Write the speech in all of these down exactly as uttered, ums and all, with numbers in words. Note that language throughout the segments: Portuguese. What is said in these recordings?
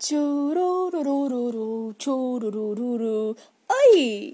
Chururururu, chururururu. Oi!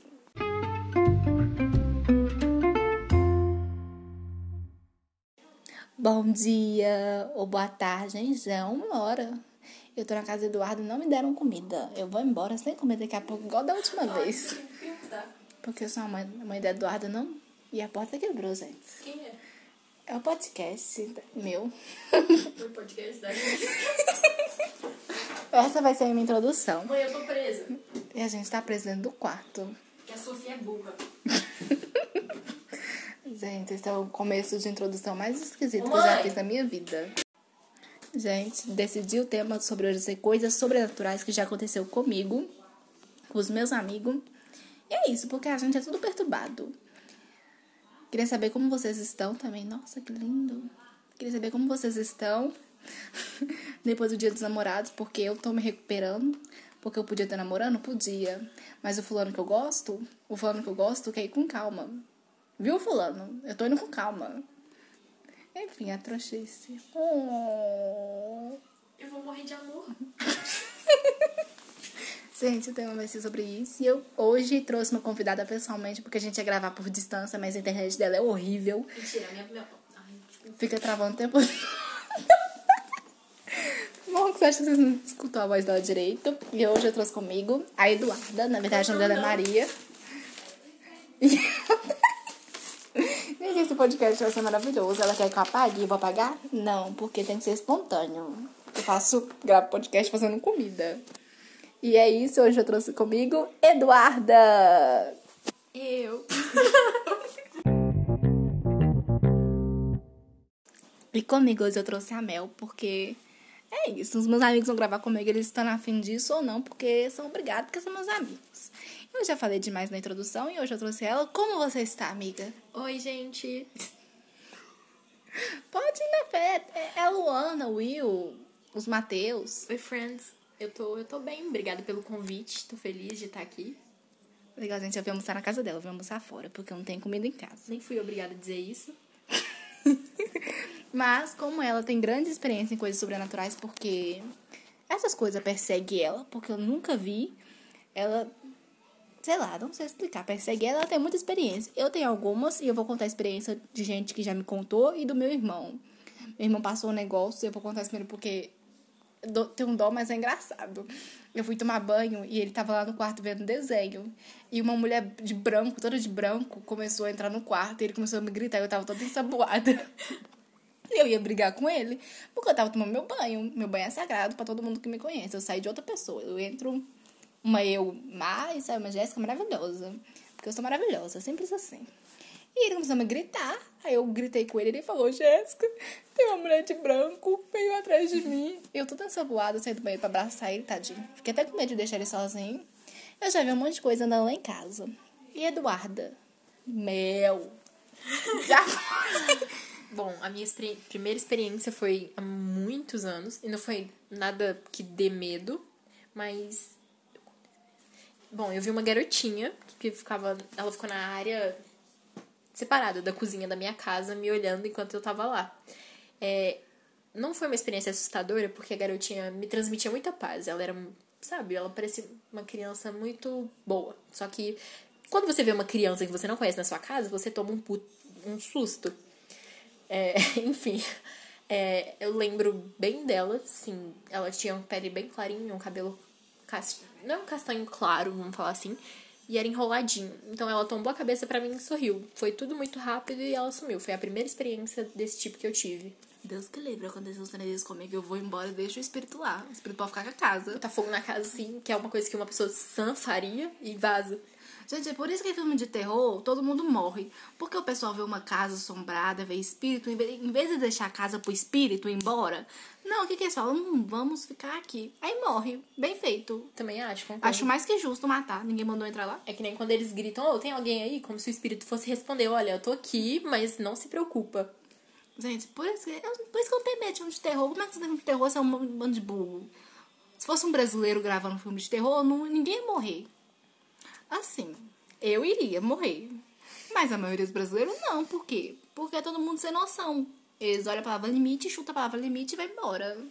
Bom dia ou boa tarde, hein? Já é uma hora. Eu tô na casa do Eduardo e não me deram comida. Eu vou embora sem comer daqui a pouco, igual da última vez. Porque eu sou a mãe, a mãe da Eduardo, não? E a porta quebrou, gente. Quem é? É o podcast meu. O podcast da gente. Essa vai ser a minha introdução. Mãe, eu tô presa. E a gente tá preso dentro do quarto. Que a Sofia é burra. Gente, esse é o começo de introdução mais esquisito Ô, que eu já mãe. fiz na minha vida. Gente, decidi o tema sobre hoje ser coisas sobrenaturais que já aconteceu comigo, com os meus amigos. E é isso, porque a gente é tudo perturbado. Queria saber como vocês estão também. Nossa, que lindo. Queria saber como vocês estão depois do dia dos namorados, porque eu tô me recuperando. Porque eu podia estar namorando? Podia. Mas o fulano que eu gosto, o fulano que eu gosto quer ir com calma. Viu, fulano? Eu tô indo com calma. Enfim, a trouxice. Oh. Eu vou morrer de amor. Gente, o tema vai ser sobre isso. E eu hoje trouxe uma convidada pessoalmente, porque a gente ia gravar por distância, mas a internet dela é horrível. Mentira, minha... minha... Ai, desculpa. Fica travando o tempo. Bom, que você acha que vocês não escutou a voz dela direito. E hoje eu trouxe comigo a Eduarda. Na verdade, o nome dela é Maria. Gente, esse podcast vai ser maravilhoso. Ela quer que eu apague? Eu vou apagar? Não, porque tem que ser espontâneo. Eu faço, gravo podcast fazendo comida. E é isso, hoje eu trouxe comigo Eduarda. Eu. E comigo hoje eu trouxe a Mel, porque é isso. Os meus amigos vão gravar comigo, eles estão afim disso ou não, porque são obrigados, porque são meus amigos. Eu já falei demais na introdução e hoje eu trouxe ela. Como você está, amiga? Oi, gente. Pode ir na fé. É a Luana, o Will, os Mateus. Oi, friends. Eu tô, eu tô bem. Obrigada pelo convite. Tô feliz de estar aqui. Legal, gente. Eu vim almoçar na casa dela, eu vim almoçar fora, porque eu não tenho comida em casa. Nem fui obrigada a dizer isso. Mas, como ela tem grande experiência em coisas sobrenaturais, porque essas coisas perseguem ela, porque eu nunca vi, ela, sei lá, não sei explicar, persegue ela, ela tem muita experiência. Eu tenho algumas, e eu vou contar a experiência de gente que já me contou e do meu irmão. Meu irmão passou um negócio, eu vou contar isso primeiro porque tem um dó, mas é engraçado. Eu fui tomar banho e ele tava lá no quarto vendo desenho. E uma mulher de branco, toda de branco, começou a entrar no quarto e ele começou a me gritar e eu tava toda ensaboada. E eu ia brigar com ele, porque eu tava tomando meu banho. Meu banho é sagrado pra todo mundo que me conhece. Eu saí de outra pessoa. Eu entro uma eu mais, sai uma Jéssica maravilhosa. Porque eu sou maravilhosa, simples assim. E ele começou a me gritar. Aí eu gritei com ele e ele falou: Jéssica, tem uma mulher de branco, veio atrás de mim. E eu toda ensaboada, saí do banheiro pra abraçar ele, tadinho. Fiquei até com medo de deixar ele sozinho. Eu já vi um monte de coisa andando lá em casa. E Eduarda? Mel. Já Bom, a minha experi- primeira experiência foi há muitos anos. E não foi nada que dê medo. Mas... Bom, eu vi uma garotinha que ficava... Ela ficou na área separada da cozinha da minha casa, me olhando enquanto eu tava lá. É, não foi uma experiência assustadora, porque a garotinha me transmitia muita paz. Ela era, sabe, ela parecia uma criança muito boa. Só que quando você vê uma criança que você não conhece na sua casa, você toma um, put... um susto. É, enfim, é, eu lembro bem dela, sim. Ela tinha uma pele bem clarinha, um cabelo cast... não é um castanho claro, vamos falar assim. E era enroladinho. Então ela tombou a cabeça pra mim e sorriu. Foi tudo muito rápido e ela sumiu. Foi a primeira experiência desse tipo que eu tive. Deus que livre, aconteceu uns três comigo, eu vou embora e deixo o espírito lá. O espírito pode ficar com a casa. Tá fogo na casa, sim, que é uma coisa que uma pessoa sã faria e vaza. Gente, é por isso que em filme de terror, todo mundo morre. Porque o pessoal vê uma casa assombrada, vê espírito, em vez em vez de deixar a casa pro espírito ir embora, não, o que que eles falam? Hum, vamos ficar aqui. Aí morre. Bem feito. Também acho, concordo. Acho mais que justo matar. Ninguém mandou entrar lá. É que nem quando eles gritam, ô, tem alguém aí? Como se o espírito fosse responder, olha, eu tô aqui, mas não se preocupa. Gente, por isso que eu, por isso que eu tenho medo de filme de terror. Como é que você tem filme de terror se é um bando de burro? Se fosse um brasileiro gravando um filme de terror, não, ninguém ia morrer. Assim, eu iria morrer. Mas a maioria dos brasileiros não. Por quê? Porque é todo mundo sem noção. Eles olham a palavra limite, chutam a palavra limite e vai embora.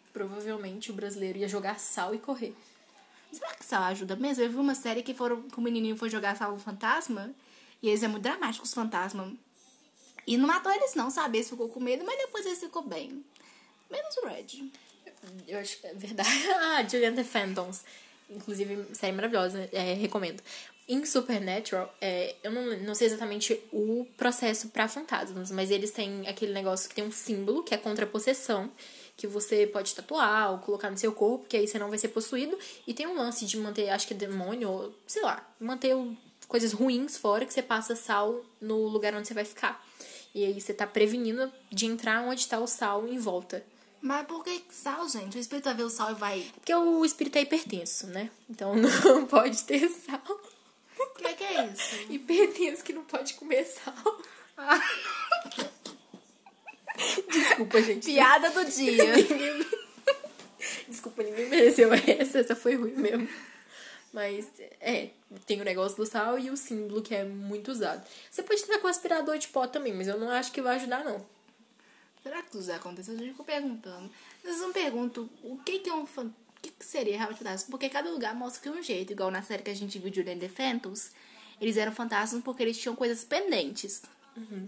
Provavelmente o brasileiro ia jogar sal e correr. Será que sal ajuda mesmo? Eu vi uma série que, foram, que o menininho foi jogar sal no fantasma. E eles é muito dramático, os fantasmas. E não matou eles não, sabe? Eles ficou com medo, mas depois eles ficou bem. Menos o Red. Eu acho que é verdade. Ah, Julian the Phantoms. Inclusive, série maravilhosa. É, recomendo. Em Supernatural, é, eu não, não sei exatamente o processo pra fantasmas, mas eles têm aquele negócio que tem um símbolo, que é contra a possessão, que você pode tatuar ou colocar no seu corpo, que aí você não vai ser possuído. E tem um lance de manter, acho que é demônio, ou sei lá, manter o, coisas ruins fora, que você passa sal no lugar onde você vai ficar. E aí você tá prevenindo de entrar onde tá o sal em volta. Mas por que sal, gente? O espírito vai ver o sal e vai... Porque o espírito é hipertenso, né? Então não pode ter sal. O que, que é isso? Hipertenso que não pode comer sal. Desculpa, gente. Piada do dia. Desculpa, ninguém mereceu essa. Essa foi ruim mesmo. Mas, é, tem o negócio do sal e o símbolo que é muito usado. Você pode tentar com aspirador de pó também, mas eu não acho que vai ajudar, não. Será que isso já aconteceu? A gente ficou perguntando. Vocês não perguntam o que, que é um fan... O que, que seria realmente fantasma? Porque cada lugar mostra que é um jeito. Igual na série que a gente viu de Julian the Phantoms, eles eram fantasmas porque eles tinham coisas pendentes. Uhum.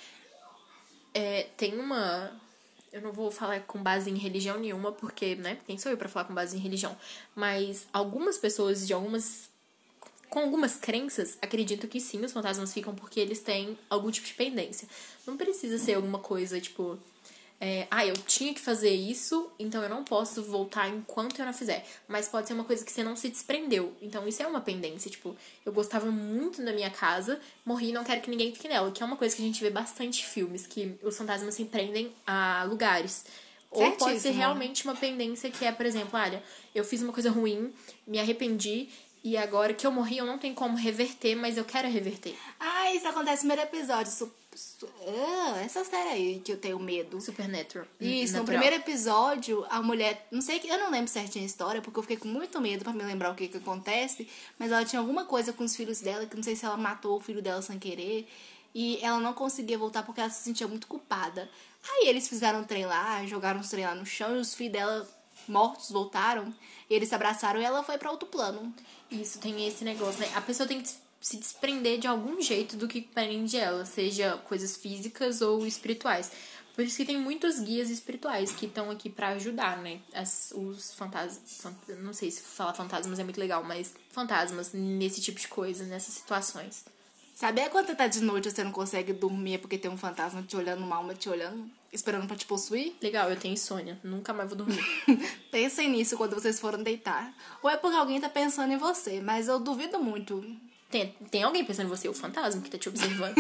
É, tem uma... Eu não vou falar com base em religião nenhuma, porque, né, quem sou eu pra falar com base em religião? Mas algumas pessoas de algumas... com algumas crenças, acreditam que sim, os fantasmas ficam porque eles têm algum tipo de pendência. Não precisa ser alguma coisa, tipo... É, ah, eu tinha que fazer isso, então eu não posso voltar enquanto eu não fizer. Mas pode ser uma coisa que você não se desprendeu. Então isso é uma pendência, tipo... Eu gostava muito da minha casa, morri e não quero que ninguém fique nela. Que é uma coisa que a gente vê bastante em filmes, que os fantasmas se prendem a lugares. Ou pode ser Certíssimo. realmente uma pendência que é, por exemplo, olha, eu fiz uma coisa ruim, me arrependi... E agora que eu morri, eu não tenho como reverter, mas eu quero reverter. Ah, isso acontece no primeiro episódio. Su... Su... Ah, essa série aí que eu tenho medo. Supernatural. Isso, Natural. no primeiro episódio, a mulher... Não sei, que eu não lembro certinho a história, porque eu fiquei com muito medo pra me lembrar o que que acontece. Mas ela tinha alguma coisa com os filhos dela, que não sei se ela matou o filho dela sem querer. E ela não conseguia voltar porque ela se sentia muito culpada. Aí eles fizeram um trem lá, jogaram os trem lá no chão, e os filhos dela... mortos voltaram, e eles se abraçaram e ela foi pra outro plano. Isso, tem esse negócio, né? A pessoa tem que se desprender de algum jeito do que prende ela, seja coisas físicas ou espirituais. Por isso que tem muitos guias espirituais que estão aqui pra ajudar, né? As, os fantasmas... Não sei se falar fantasmas é muito legal, mas fantasmas nesse tipo de coisa, nessas situações. Sabia quando você tá de noite e você não consegue dormir porque tem um fantasma te olhando, uma alma te olhando, esperando pra te possuir? Legal, eu tenho insônia. Nunca mais vou dormir. Pensem nisso quando vocês forem deitar. Ou é porque alguém tá pensando em você, mas eu duvido muito. Tem, tem alguém pensando em você, o fantasma que tá te observando.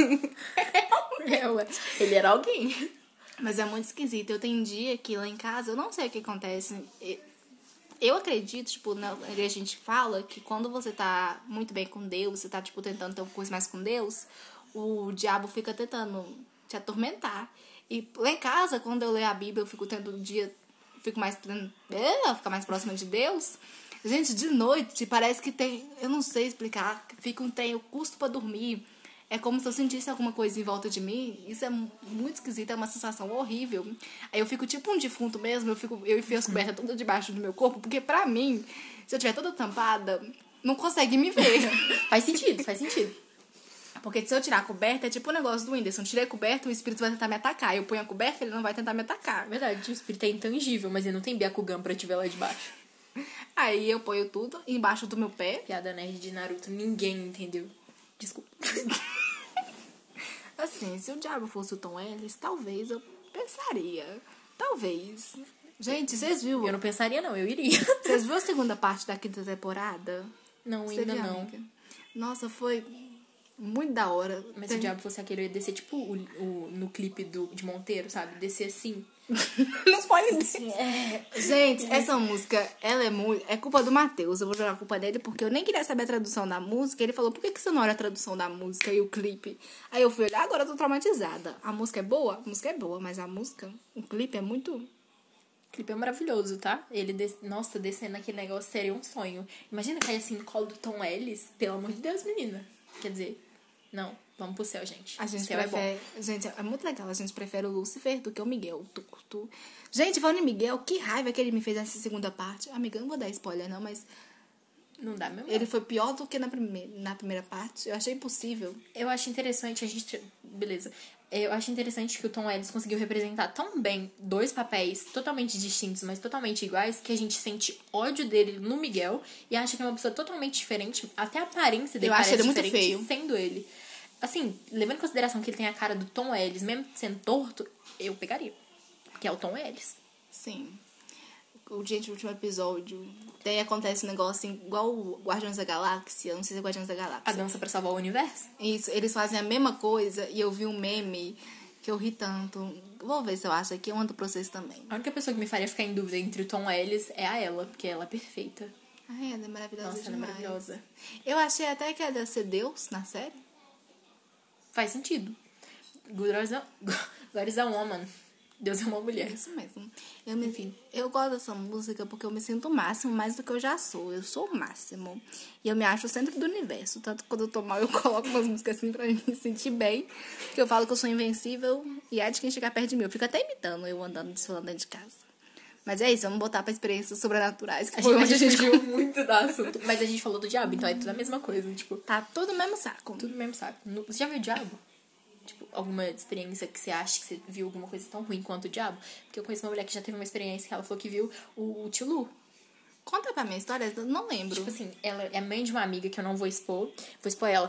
é, ué. Ele era alguém. Mas é muito esquisito. Eu tenho dia que lá em casa, eu não sei o que acontece. Eu acredito, tipo, na igreja a gente fala que quando você tá muito bem com Deus, você tá, tipo, tentando ter uma coisa mais com Deus, o diabo fica tentando te atormentar. E lá em casa, quando eu leio a Bíblia, eu fico tendo um dia, fico mais, é, ficar mais próxima de Deus. Gente, de noite, parece que tem, eu não sei explicar, fica um trem, eu custo pra dormir. É como se eu sentisse alguma coisa em volta de mim. Isso é muito esquisito, é uma sensação horrível. Aí eu fico tipo um defunto mesmo, eu, fico, eu enfio as cobertas todas debaixo do meu corpo, porque pra mim, se eu estiver toda tampada, não consegue me ver. Faz sentido, faz sentido. Porque se eu tirar a coberta, é tipo o negócio do Whindersson. Tirei a coberta, o espírito vai tentar me atacar. Eu ponho a coberta, ele não vai tentar me atacar. Verdade, o espírito é intangível, mas ele não tem Byakugan pra te ver lá de baixo. Aí eu ponho tudo embaixo do meu pé. Piada nerd de Naruto, ninguém entendeu. Desculpa. Assim, se o diabo fosse o Tom Ellis, talvez eu pensaria. Talvez. Gente, vocês viram? Eu não pensaria, não, eu iria. Vocês viram a segunda parte da quinta temporada? Não, Você ainda viu, não. amiga? Nossa, foi muito da hora. Mas Tem... se o diabo fosse aquele, eu ia descer tipo o, o, no clipe do, de Monteiro, sabe? Descer assim. Não pode dizer. É. Gente, essa música, ela é muito... É culpa do Matheus. Eu vou jogar a culpa dele porque eu nem queria saber a tradução da música. Ele falou, por que, que você não olha a tradução da música e o clipe? Aí eu fui olhar, agora eu tô traumatizada. A música é boa? A música é boa, mas a música, o clipe é muito... O clipe é maravilhoso, tá? Ele, des... nossa, descendo aquele negócio seria um sonho. Imagina cair assim no colo do Tom Ellis. Pelo amor de Deus, menina. Quer dizer, não. Vamos pro céu, gente. A gente o céu prefere... é bom. Gente, é muito legal. A gente prefere o Lúcifer do que o Miguel. Tu, tu... Gente, falando em Miguel, que raiva que ele me fez nessa segunda parte. Amiga, eu não vou dar spoiler, não, mas... Não dá mesmo. Ele foi pior do que na primeira, na primeira parte. Eu achei impossível. Eu acho interessante a gente... Beleza. Eu acho interessante que o Tom Ellis conseguiu representar tão bem dois papéis totalmente distintos, mas totalmente iguais, que a gente sente ódio dele no Miguel e acha que é uma pessoa totalmente diferente. Até a aparência dele Eu acho parece ele muito diferente feio. sendo ele. Assim, levando em consideração que ele tem a cara do Tom Ellis, mesmo sendo torto, eu pegaria. Porque é o Tom Ellis. Sim. O gente, o último episódio, tem, acontece um negócio assim, igual o Guardiões da Galáxia. Não sei se é Guardiões da Galáxia. A dança pra salvar o universo? Isso, eles fazem a mesma coisa e eu vi um meme que eu ri tanto. Vou ver se eu acho aqui, eu mando pra vocês também. A única pessoa que me faria ficar em dúvida entre o Tom Ellis é a ela, porque ela é perfeita. Ai, ela é maravilhosa Nossa, ela é demais. maravilhosa. Eu achei até que ela ia ser Deus na série. Faz sentido. God is a, God is a woman. Deus é uma mulher. Isso mesmo. Eu, me, Enfim, eu gosto dessa música porque eu me sinto o máximo mais do que eu já sou. Eu sou o máximo. E eu me acho o centro do universo. Tanto que quando eu tô mal, eu coloco umas músicas assim pra me sentir bem. Porque eu falo que eu sou invencível e é de quem chegar perto de mim. Eu fico até imitando eu andando, desfilando dentro de casa. Mas é isso, vamos botar pra experiências sobrenaturais. Que A foi gente, onde a gente fugiu muito do assunto. Mas a gente falou do diabo, então é tudo a mesma coisa. Tipo, Tá tudo no mesmo saco. tudo mesmo, sabe? No- Você já viu o diabo? Tipo, alguma experiência que você acha que você viu alguma coisa tão ruim quanto o diabo? Porque eu conheço uma mulher que já teve uma experiência que ela falou que viu o, o tio Lu. Conta pra mim a história, eu não lembro. Tipo assim, ela é mãe de uma amiga que eu não vou expor. Vou expor ela.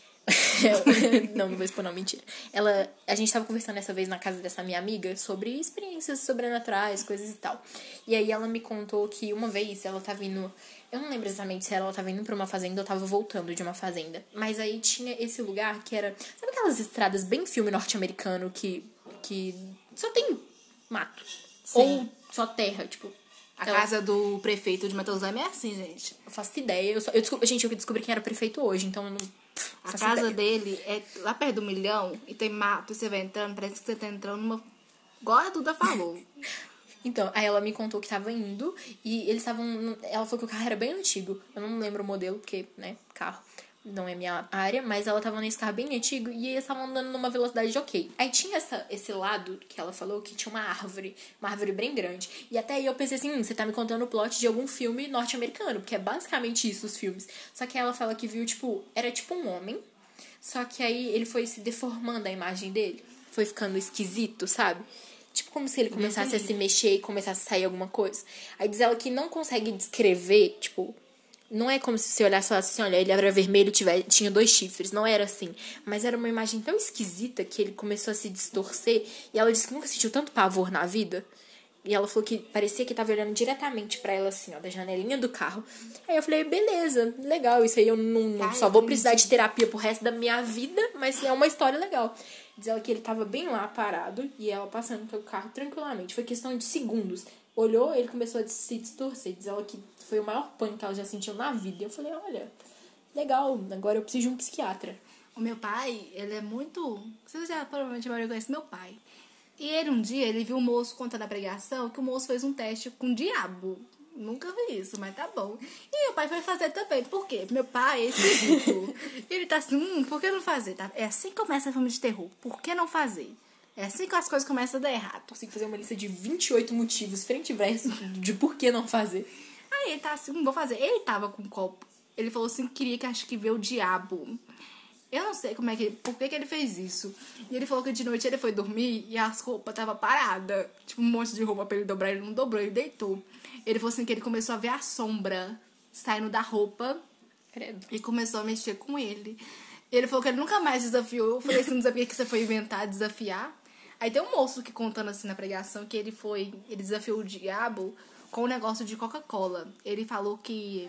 não, não vou expor não, mentira. Ela, a gente tava conversando essa vez na casa dessa minha amiga sobre experiências sobrenaturais, coisas e tal. E aí ela me contou que uma vez ela tava indo... Eu não lembro exatamente se ela tava indo pra uma fazenda ou tava voltando de uma fazenda. Mas aí tinha esse lugar que era... Sabe aquelas estradas bem filme norte-americano que, que só tem mato? Sim. Ou só terra, tipo... A ela- casa do prefeito de Metelzame é assim, gente. Eu faço ideia. Eu, só, eu descobri, gente, eu descobri quem era prefeito hoje, então eu não... A faço casa ideia. dele é lá perto do milhão e tem mato e você vai entrando, parece que você tá entrando numa. Igual a Duda falou. Então, aí ela me contou que tava indo e eles estavam... Ela falou que o carro era bem antigo. Eu não lembro o modelo, porque, né, carro não é minha área, mas ela tava nesse carro bem antigo e eles estavam andando numa velocidade de ok. Aí tinha essa, esse lado que ela falou que tinha uma árvore, uma árvore bem grande. E até aí eu pensei assim, hum, você tá me contando o plot de algum filme norte-americano, porque é basicamente isso, os filmes. Só que ela fala que viu, tipo, era tipo um homem, só que aí ele foi se deformando a imagem dele. Foi ficando esquisito, sabe? Tipo como se ele começasse a se mexer e começasse a sair alguma coisa. Aí diz ela que não consegue descrever, tipo... Não é como se você olhasse e falasse assim, olha, ele era vermelho e tiver, tinha dois chifres. Não era assim. Mas era uma imagem tão esquisita que ele começou a se distorcer. E ela disse que nunca sentiu tanto pavor na vida. E ela falou que parecia que tava olhando diretamente pra ela, assim, ó, da janelinha do carro. Aí eu falei, beleza, legal. Isso aí eu não, não Ai, só eu vou acredito. precisar de terapia pro resto da minha vida, mas é uma história legal. Diz ela que ele tava bem lá, parado, e ela passando pelo carro tranquilamente. Foi questão de segundos. Olhou, ele começou a se distorcer. Diz ela que foi o maior pânico que ela já sentiu na vida. E eu falei, olha, legal, agora eu preciso de um psiquiatra. O meu pai, ele é muito. Vocês já provavelmente a maioria conhece meu pai. E ele um dia, ele viu um moço contando a pregação que o moço fez um teste com o diabo. Nunca vi isso, mas tá bom. E meu pai foi fazer também. Por quê? Meu pai é esquisito. E ele tá assim, hum, por que não fazer? Tá? É assim que começa filme de terror. Por que não fazer? É assim que as coisas começam a dar errado. Consigo fazer uma lista de vinte e oito motivos, frente e verso, de por que não fazer. Aí ele tá assim, não vou fazer. Ele tava com um copo. Ele falou assim, queria que acho que vê o diabo. Eu não sei como é que, por que que ele fez isso. E ele falou que de noite ele foi dormir e as roupas tava parada. Tipo, um monte de roupa pra ele dobrar, ele não dobrou, ele deitou. Ele falou assim que ele começou a ver a sombra saindo da roupa. Credo. E começou a mexer com ele. Ele falou que ele nunca mais desafiou. Eu falei assim, não sabia que você foi inventar, desafiar. Aí tem um moço que contando assim na pregação que ele foi, ele desafiou o diabo com um negócio de Coca-Cola. Ele falou que...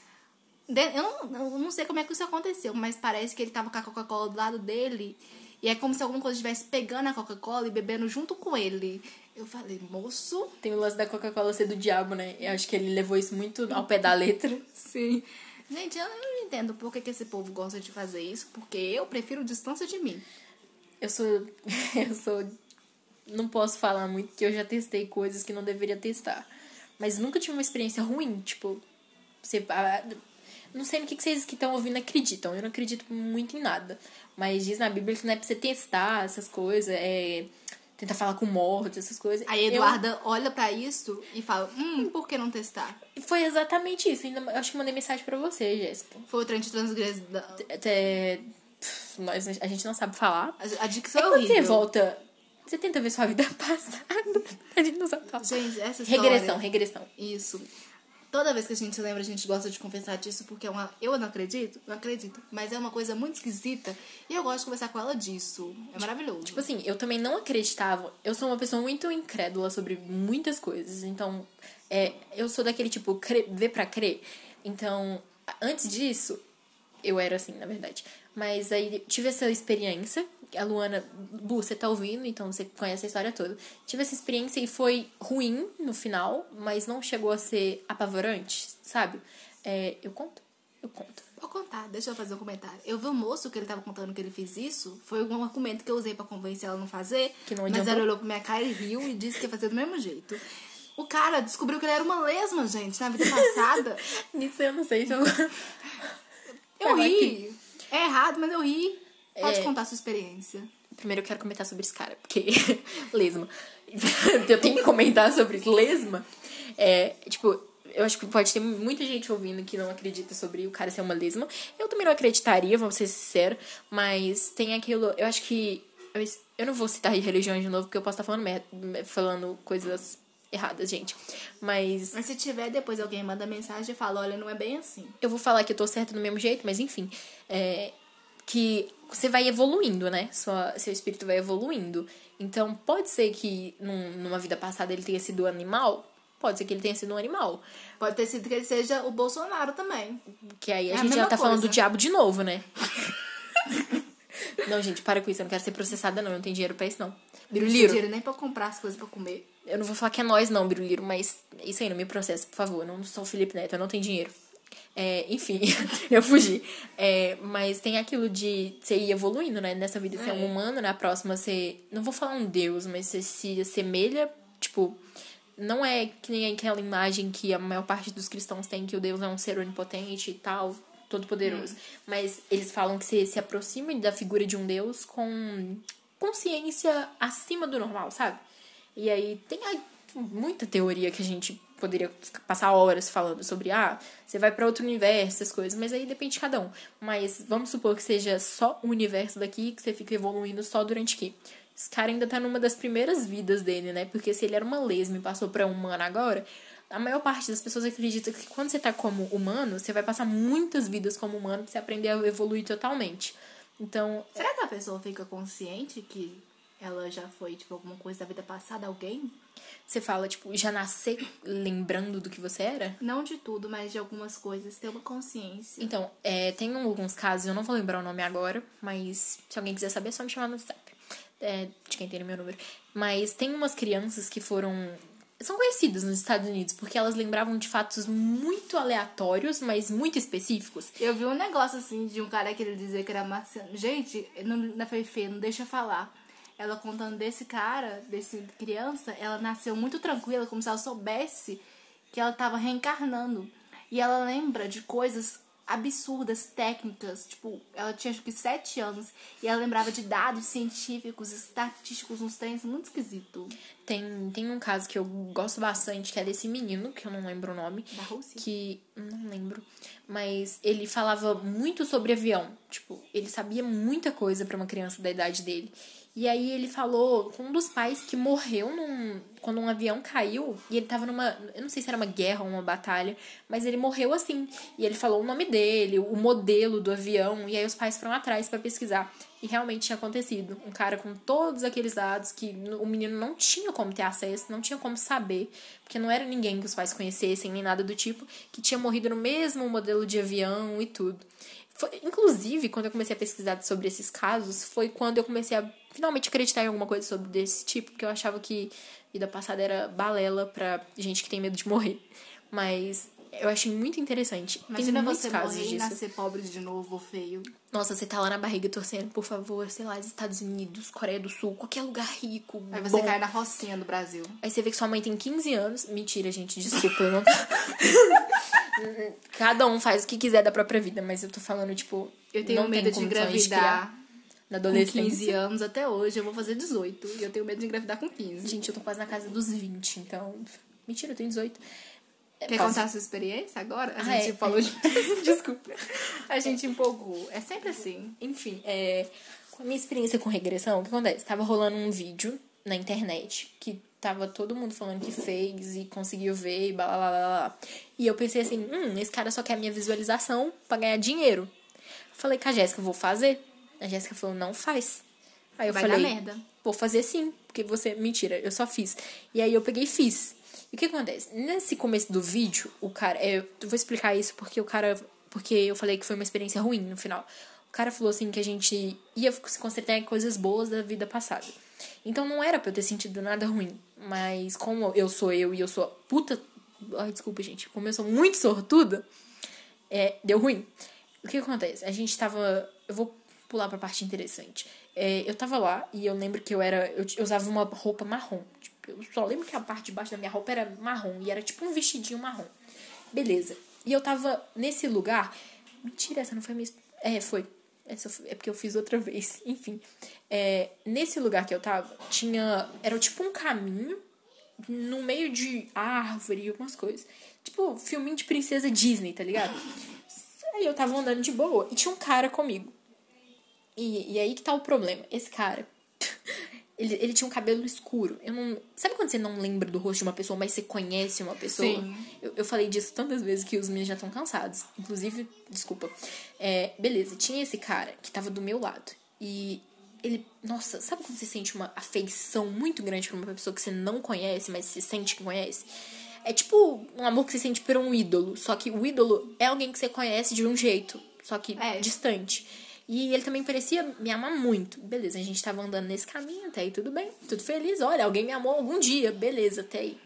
Eu não, eu não sei como é que isso aconteceu, mas parece que ele tava com a Coca-Cola do lado dele e é como se alguma coisa estivesse pegando a Coca-Cola e bebendo junto com ele. Eu falei, moço... Tem o lance da Coca-Cola ser do diabo, né? Eu acho que ele levou isso muito ao pé da letra. Sim. Gente, eu não entendo por que, que esse povo gosta de fazer isso, porque eu prefiro distância de mim. Eu sou... Eu sou... Não posso falar muito, porque eu já testei coisas que não deveria testar. Mas nunca tive uma experiência ruim, tipo... Você... não sei no que, que vocês que estão ouvindo acreditam. Eu não acredito muito em nada. Mas diz na Bíblia que não é pra você testar essas coisas, é... tentar falar com mortos, essas coisas. Aí a Eduarda eu... olha pra isso e fala, hum, por que não testar? Foi exatamente isso. Ainda, eu acho que mandei mensagem pra você, Jéssica. Foi o trem de transgressão. Até... Nós, a gente não sabe falar. A, a dicção é quando horrível. Você volta... Você tenta ver sua vida passada. A gente não sabe falar. Gente, essa história... Regressão, regressão. Isso. Toda vez que a gente lembra, a gente gosta de conversar disso, porque é uma... Eu não acredito, não acredito, mas é uma coisa muito esquisita e eu gosto de conversar com ela disso. É maravilhoso. Tipo assim, eu também não acreditava. Eu sou uma pessoa muito incrédula sobre muitas coisas. Então, é, eu sou daquele tipo, crer, ver pra crer. Então, antes disso, eu era assim, na verdade. Mas aí tive essa experiência. A Luana, Bu, você tá ouvindo, então você conhece a história toda. Tive essa experiência e foi ruim no final, mas não chegou a ser apavorante, sabe? É, eu conto? Eu conto. Vou contar, deixa eu fazer um comentário. Eu vi o moço que ele tava contando que ele fez isso. Foi um argumento que eu usei pra convencer ela a não fazer. Que não mas adiantou. ela olhou pra minha cara e riu e disse que ia fazer do mesmo jeito. O cara descobriu que ele era uma lesma, gente, na vida passada. Nisso eu não sei se eu... Eu ri. É errado, mas eu ri. Pode É... contar a sua experiência. Primeiro eu quero comentar sobre esse cara, porque... lesma. Eu tenho que comentar sobre lesma. É, tipo, eu acho que pode ter muita gente ouvindo que não acredita sobre o cara ser uma lesma. Eu também não acreditaria, vamos ser sinceros. Mas tem aquilo... Eu acho que... Eu, eu não vou citar religiões de novo, porque eu posso estar falando, merda, falando coisas erradas, gente. Mas... Mas se tiver, depois alguém manda mensagem e fala, olha, não é bem assim. Eu vou falar que eu tô certa do mesmo jeito, mas enfim. É... que você vai evoluindo, né? Sua, seu espírito vai evoluindo. Então, pode ser que num, numa vida passada ele tenha sido um animal. Pode ser que ele tenha sido um animal. Pode ter sido que ele seja o Bolsonaro também. Que aí a É a gente já mesma tá falando coisa. do diabo de novo, né? Não, gente, para com isso. Eu não quero ser processada, não. Eu não tenho dinheiro pra isso, não. Não Biruliro. tem dinheiro nem pra comprar as coisas pra comer. Eu não vou falar que é nós, não, Biruliro. Mas isso aí, não me processa, por favor. Eu não sou o Felipe Neto. Eu não tenho dinheiro. É, enfim, eu fugi. É, mas tem aquilo de você ir evoluindo, né? Nessa vida você é um humano, na próxima você... Não vou falar um deus, mas você se assemelha, tipo... Não é que nem aquela imagem que a maior parte dos cristãos tem, que o Deus é um ser onipotente e tal, todo poderoso. Hum. Mas eles falam que você se aproxima da figura de um Deus com consciência acima do normal, sabe? E aí tem muita teoria que a gente poderia passar horas falando sobre, ah, você vai pra outro universo, essas coisas, mas aí depende de cada um. Mas vamos supor que seja só o universo daqui, que você fica evoluindo só durante aqui. Esse cara ainda tá numa das primeiras vidas dele, né? Porque se ele era uma lesma e passou pra humano agora, a maior parte das pessoas acredita que quando você tá como humano, você vai passar muitas vidas como humano pra você aprender a evoluir totalmente. Então... Será que a pessoa fica consciente que ela já foi, tipo, alguma coisa da vida passada, alguém? Você fala, tipo, já nascer lembrando do que você era? Não de tudo, mas de algumas coisas, ter uma consciência. Então, é, tem alguns casos, eu não vou lembrar o nome agora, mas se alguém quiser saber, é só me chamar no WhatsApp. É, de quem tem no meu número. Mas tem umas crianças que foram... São conhecidas nos Estados Unidos, porque elas lembravam de fatos muito aleatórios, mas muito específicos. Eu vi um negócio, assim, de um cara que ele dizia que era marciano. Gente, não, não foi feio, não deixa eu falar. Ela contando desse cara, desse criança, ela nasceu muito tranquila, como se ela soubesse que ela estava reencarnando. E ela lembra de coisas absurdas, técnicas, tipo, ela tinha acho que sete anos e ela lembrava de dados científicos, estatísticos, uns treinos muito esquisito. Tem, tem um caso que eu gosto bastante, que é desse menino, que eu não lembro o nome. Da Rússia? Que, não lembro, mas ele falava muito sobre avião, tipo, ele sabia muita coisa pra uma criança da idade dele. E aí ele falou com um dos pais que morreu num, quando um avião caiu. E ele tava numa... Eu não sei se era uma guerra ou uma batalha. Mas ele morreu assim. E ele falou o nome dele, o modelo do avião. E aí os pais foram atrás pra pesquisar. E realmente tinha acontecido. Um cara com todos aqueles dados que o menino não tinha como ter acesso. Não tinha como saber. Porque não era ninguém que os pais conhecessem, nem nada do tipo. Que tinha morrido no mesmo modelo de avião e tudo. Foi, inclusive, quando eu comecei a pesquisar sobre esses casos, foi quando eu comecei a finalmente acreditar em alguma coisa sobre desse tipo, porque eu achava que vida passada era balela pra gente que tem medo de morrer. Mas eu achei muito interessante. Imagina tem muitos você casos morrer e disso. nascer pobre de novo, feio. Nossa, você tá lá na barriga torcendo, por favor, sei lá, Estados Unidos, Coreia do Sul, qualquer lugar rico, Aí você bom. cai na rocinha do Brasil. Aí você vê que sua mãe tem quinze anos. Mentira, gente, desculpa, eu não... cada um faz o que quiser da própria vida, mas eu tô falando, tipo, Eu tenho não medo tem de condições engravidar criar na com adolescência. quinze anos até hoje. Eu vou fazer dezoito. E eu tenho medo de engravidar com quinze. Gente, eu tô quase na casa dos vinte, então... Mentira, eu tenho dezoito. É, Quer quase. contar a sua experiência agora? A Ah, gente é. falou de... Desculpa. A gente empolgou. É sempre assim. Enfim, é... com a minha experiência com regressão, o que acontece? Tava rolando um vídeo na internet que tava todo mundo falando que fez e conseguiu ver e blá blá blá blá. E eu pensei assim, hum, esse cara só quer a minha visualização pra ganhar dinheiro. Falei com a Jéssica, vou fazer. A Jéssica falou, não faz. Aí eu Vai falei, dar merda. vou fazer sim, porque você... Mentira, eu só fiz. E aí eu peguei e fiz. E o que acontece? Nesse começo do vídeo, o cara... Eu vou explicar isso porque o cara... Porque eu falei que foi uma experiência ruim no final. O cara falou assim que a gente ia se concentrar em coisas boas da vida passada. Então não era pra eu ter sentido nada ruim. Mas como eu sou eu e eu sou puta... Ai, desculpa, gente. Como eu sou muito sortuda, é, deu ruim. O que acontece? A gente tava... Eu vou pular pra parte interessante. É, eu tava lá e eu lembro que eu era... Eu, eu usava uma roupa marrom. Tipo, eu só lembro que a parte de baixo da minha roupa era marrom. E era tipo um vestidinho marrom. Beleza. E eu tava nesse lugar... Mentira, essa não foi a minha... É, foi. Essa foi... É porque eu fiz outra vez. Enfim. É, nesse lugar que eu tava, tinha... Era tipo um caminho no meio de árvore e algumas coisas. Tipo, filminho de princesa Disney, tá ligado? Aí eu tava andando de boa e tinha um cara comigo. E, e aí que tá o problema. Esse cara, ele, ele tinha um cabelo escuro. Eu não... Sabe quando você não lembra do rosto de uma pessoa, mas você conhece uma pessoa? Sim. Eu, eu falei disso tantas vezes que os meninos já estão cansados. Inclusive, desculpa. É, beleza, tinha esse cara que tava do meu lado. E ele... Nossa, sabe quando você sente uma afeição muito grande pra uma pessoa que você não conhece, mas você sente que conhece? É tipo um amor que você sente por um ídolo. Só que o ídolo é alguém que você conhece de um jeito, só que É. distante. E ele também parecia me amar muito. Beleza, a gente tava andando nesse caminho, até aí tudo bem, tudo feliz. Olha, alguém me amou algum dia, beleza, até aí.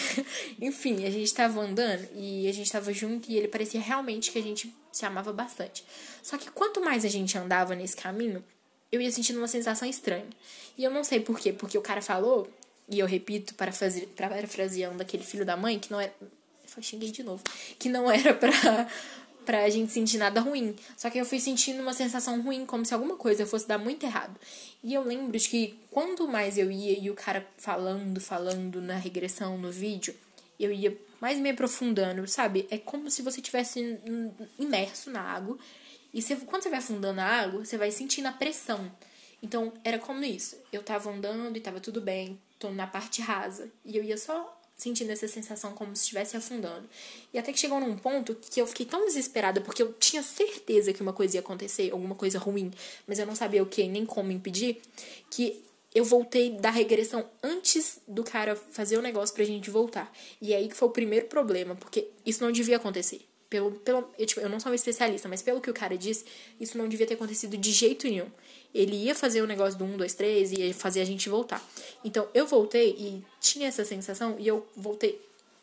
Enfim, a gente tava andando e a gente tava junto e ele parecia realmente que a gente se amava bastante. Só que quanto mais a gente andava nesse caminho, eu ia sentindo uma sensação estranha. E eu não sei por quê, porque o cara falou, e eu repito, parafrase- parafraseando aquele filho da mãe, que não era... Eu xinguei de novo. Que não era pra... pra gente sentir nada ruim. Só que eu fui sentindo uma sensação ruim, como se alguma coisa fosse dar muito errado. E eu lembro de que quanto mais eu ia e o cara falando, falando na regressão, no vídeo, eu ia mais me aprofundando, sabe? É como se você estivesse imerso na água. E você, quando você vai afundando na água, você vai sentindo a pressão. Então, era como isso. Eu tava andando e tava tudo bem. Tô na parte rasa. E eu ia só sentindo essa sensação como se estivesse afundando. E até que chegou num ponto que eu fiquei tão desesperada, porque eu tinha certeza que uma coisa ia acontecer, alguma coisa ruim, mas eu não sabia o que, nem como impedir, que eu voltei da regressão antes do cara fazer o negócio pra gente voltar. E aí que foi o primeiro problema, porque isso não devia acontecer. Pelo, pelo, eu, tipo, eu não sou uma especialista, mas pelo que o cara disse, isso não devia ter acontecido de jeito nenhum. Ele ia fazer o negócio do um, dois, três, ia fazer a gente voltar. Então, eu voltei e tinha essa sensação, e eu voltei,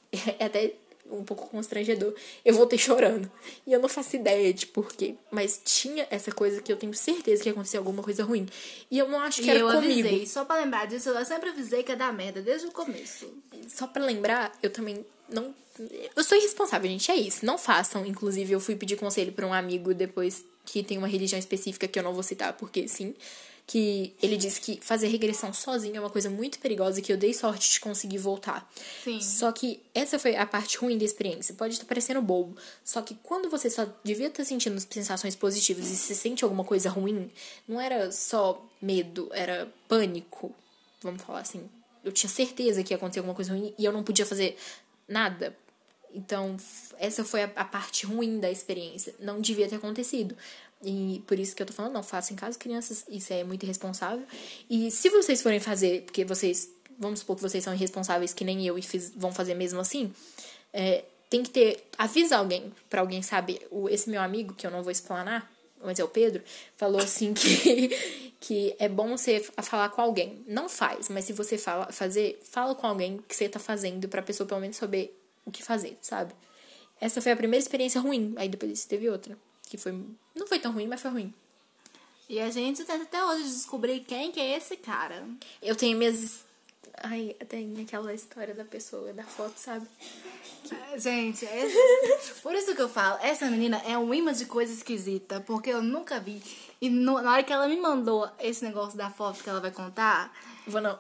é até um pouco constrangedor, eu voltei chorando. E eu não faço ideia de porquê, mas tinha essa coisa que eu tenho certeza que ia acontecer alguma coisa ruim. E eu não acho que E era eu comigo. avisei, só pra lembrar disso, eu sempre avisei que ia dar merda, desde o começo. Só pra lembrar, eu também não... Eu sou irresponsável, gente, é isso. Não façam. Inclusive, eu fui pedir conselho pra um amigo depois que tem uma religião específica que eu não vou citar, porque sim. Que ele disse que fazer regressão sozinho é uma coisa muito perigosa e que eu dei sorte de conseguir voltar. Sim. Só que essa foi a parte ruim da experiência. Pode estar parecendo bobo. Só que quando você só devia estar sentindo sensações positivas e se sente alguma coisa ruim, não era só medo, era pânico. Vamos falar assim. Eu tinha certeza que ia acontecer alguma coisa ruim e eu não podia fazer nada. Então, essa foi a, a parte ruim da experiência. Não devia ter acontecido. E por isso que eu tô falando, não façam em casa, crianças, isso é muito irresponsável. E se vocês forem fazer, porque vocês, vamos supor que vocês são irresponsáveis que nem eu e fiz, vão fazer mesmo assim, é, tem que ter, avisa alguém, pra alguém saber. O, esse meu amigo, que eu não vou explanar, mas é o Pedro, falou assim que, que é bom você falar com alguém. Não faz, mas se você fala, fazer, fala com alguém que você tá fazendo pra pessoa pelo menos saber o que fazer, sabe? Essa foi a primeira experiência ruim. Aí depois disso teve outra. Que foi... Não foi tão ruim, mas foi ruim. E a gente tenta até hoje descobrir quem que é esse cara. Eu tenho minhas Ai, tem aquela história da pessoa, da foto, sabe? É, gente, é... por isso que eu falo, essa menina é um imã de coisa esquisita, porque eu nunca vi. E no, na hora que ela me mandou esse negócio da foto que ela vai contar... Vou não.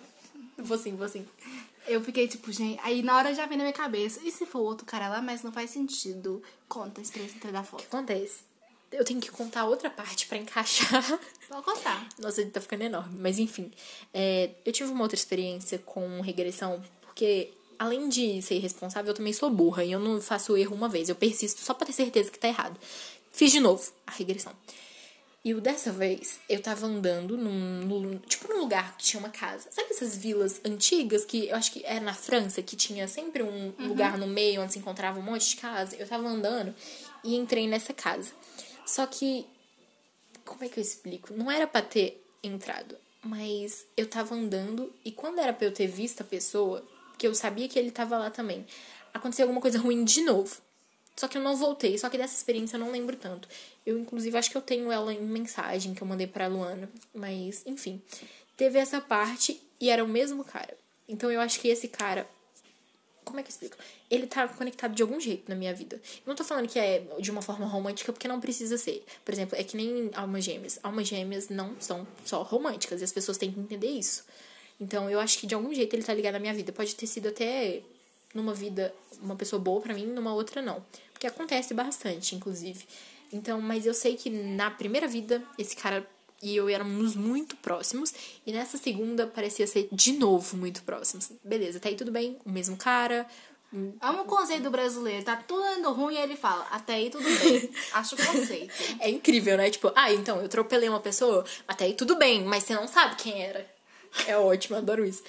Vou sim, vou sim. Eu fiquei tipo, gente... Aí na hora já veio na minha cabeça, e se for outro cara lá, mas não faz sentido. Conta a experiência da O foto. que acontece? Eu tenho que contar outra parte pra encaixar. Pode contar. Nossa, ele tá ficando enorme. Mas enfim, é, eu tive uma outra experiência com regressão, porque além de ser irresponsável, eu também sou burra. E eu não faço erro uma vez. Eu persisto só pra ter certeza que tá errado. Fiz de novo a regressão. E o dessa vez, eu tava andando num, num, tipo num lugar que tinha uma casa. Sabe essas vilas antigas que eu acho que era na França, que tinha sempre um uhum. lugar no meio onde se encontrava um monte de casa? Eu tava andando e entrei nessa casa. Só que, como é que eu explico? Não era pra ter entrado, mas eu tava andando e quando era pra eu ter visto a pessoa, que eu sabia que ele tava lá também, aconteceu alguma coisa ruim de novo. Só que eu não voltei, só que dessa experiência eu não lembro tanto. Eu, inclusive, acho que eu tenho ela em mensagem que eu mandei pra Luana, mas, enfim. Teve essa parte e era o mesmo cara. Então eu acho que esse cara... Como é que eu explico? Ele tá conectado de algum jeito na minha vida. Eu não tô falando que é de uma forma romântica, porque não precisa ser. Por exemplo, é que nem almas gêmeas. Almas gêmeas não são só românticas, e as pessoas têm que entender isso. Então, eu acho que de algum jeito ele tá ligado na minha vida. Pode ter sido até numa vida uma pessoa boa pra mim, numa outra não. Porque acontece bastante, inclusive. Então, mas eu sei que na primeira vida, esse cara e eu éramos muito próximos. E nessa segunda, parecia ser de novo muito próximos. Beleza, tá aí tudo bem. O mesmo cara. Amo o conceito do brasileiro. Tá tudo indo ruim e ele fala, até aí tudo bem. Acho o conceito. É incrível, né? Tipo, ah, então, eu atropelei uma pessoa, até aí tudo bem, mas você não sabe quem era. É ótimo, adoro isso.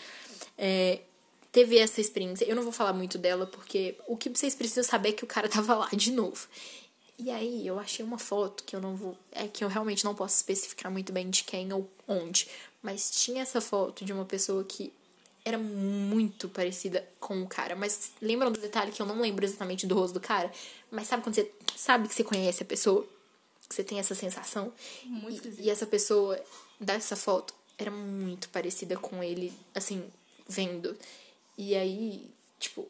É, teve essa experiência. Eu não vou falar muito dela, porque o que vocês precisam saber é que o cara tava lá de novo. E aí, eu achei uma foto que eu não vou... É que eu realmente não posso especificar muito bem de quem ou onde. Mas tinha essa foto de uma pessoa que era muito parecida com o cara. Mas lembram do detalhe que eu não lembro exatamente do rosto do cara? Mas sabe quando você sabe que você conhece a pessoa? Que você tem essa sensação? Muito e, e essa pessoa, dessa foto, era muito parecida com ele, assim, vendo. E aí, tipo,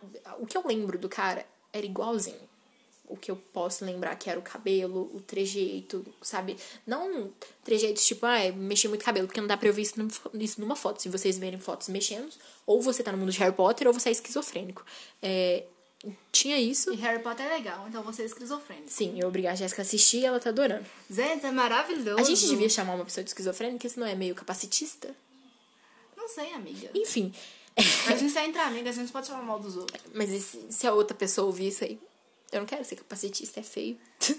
o que eu lembro do cara era igualzinho. O que eu posso lembrar que era o cabelo, o trejeito, sabe? Não trejeitos tipo, ah, mexi muito cabelo, porque não dá pra eu ver isso, isso numa foto. Se vocês verem fotos mexendo, ou você tá no mundo de Harry Potter, ou você é esquizofrênico. É, tinha isso. E Harry Potter é legal, então você é esquizofrênico. Sim, eu obriguei a Jéssica a assistir e ela tá adorando. Gente, é maravilhoso. A gente devia chamar uma pessoa de esquizofrênica, isso não é meio capacitista? Não sei, amiga. Enfim. A gente tá entre amigas, a gente pode chamar mal dos outros. Mas e se, se a outra pessoa ouvir isso aí? Eu não quero ser capacitista, é feio.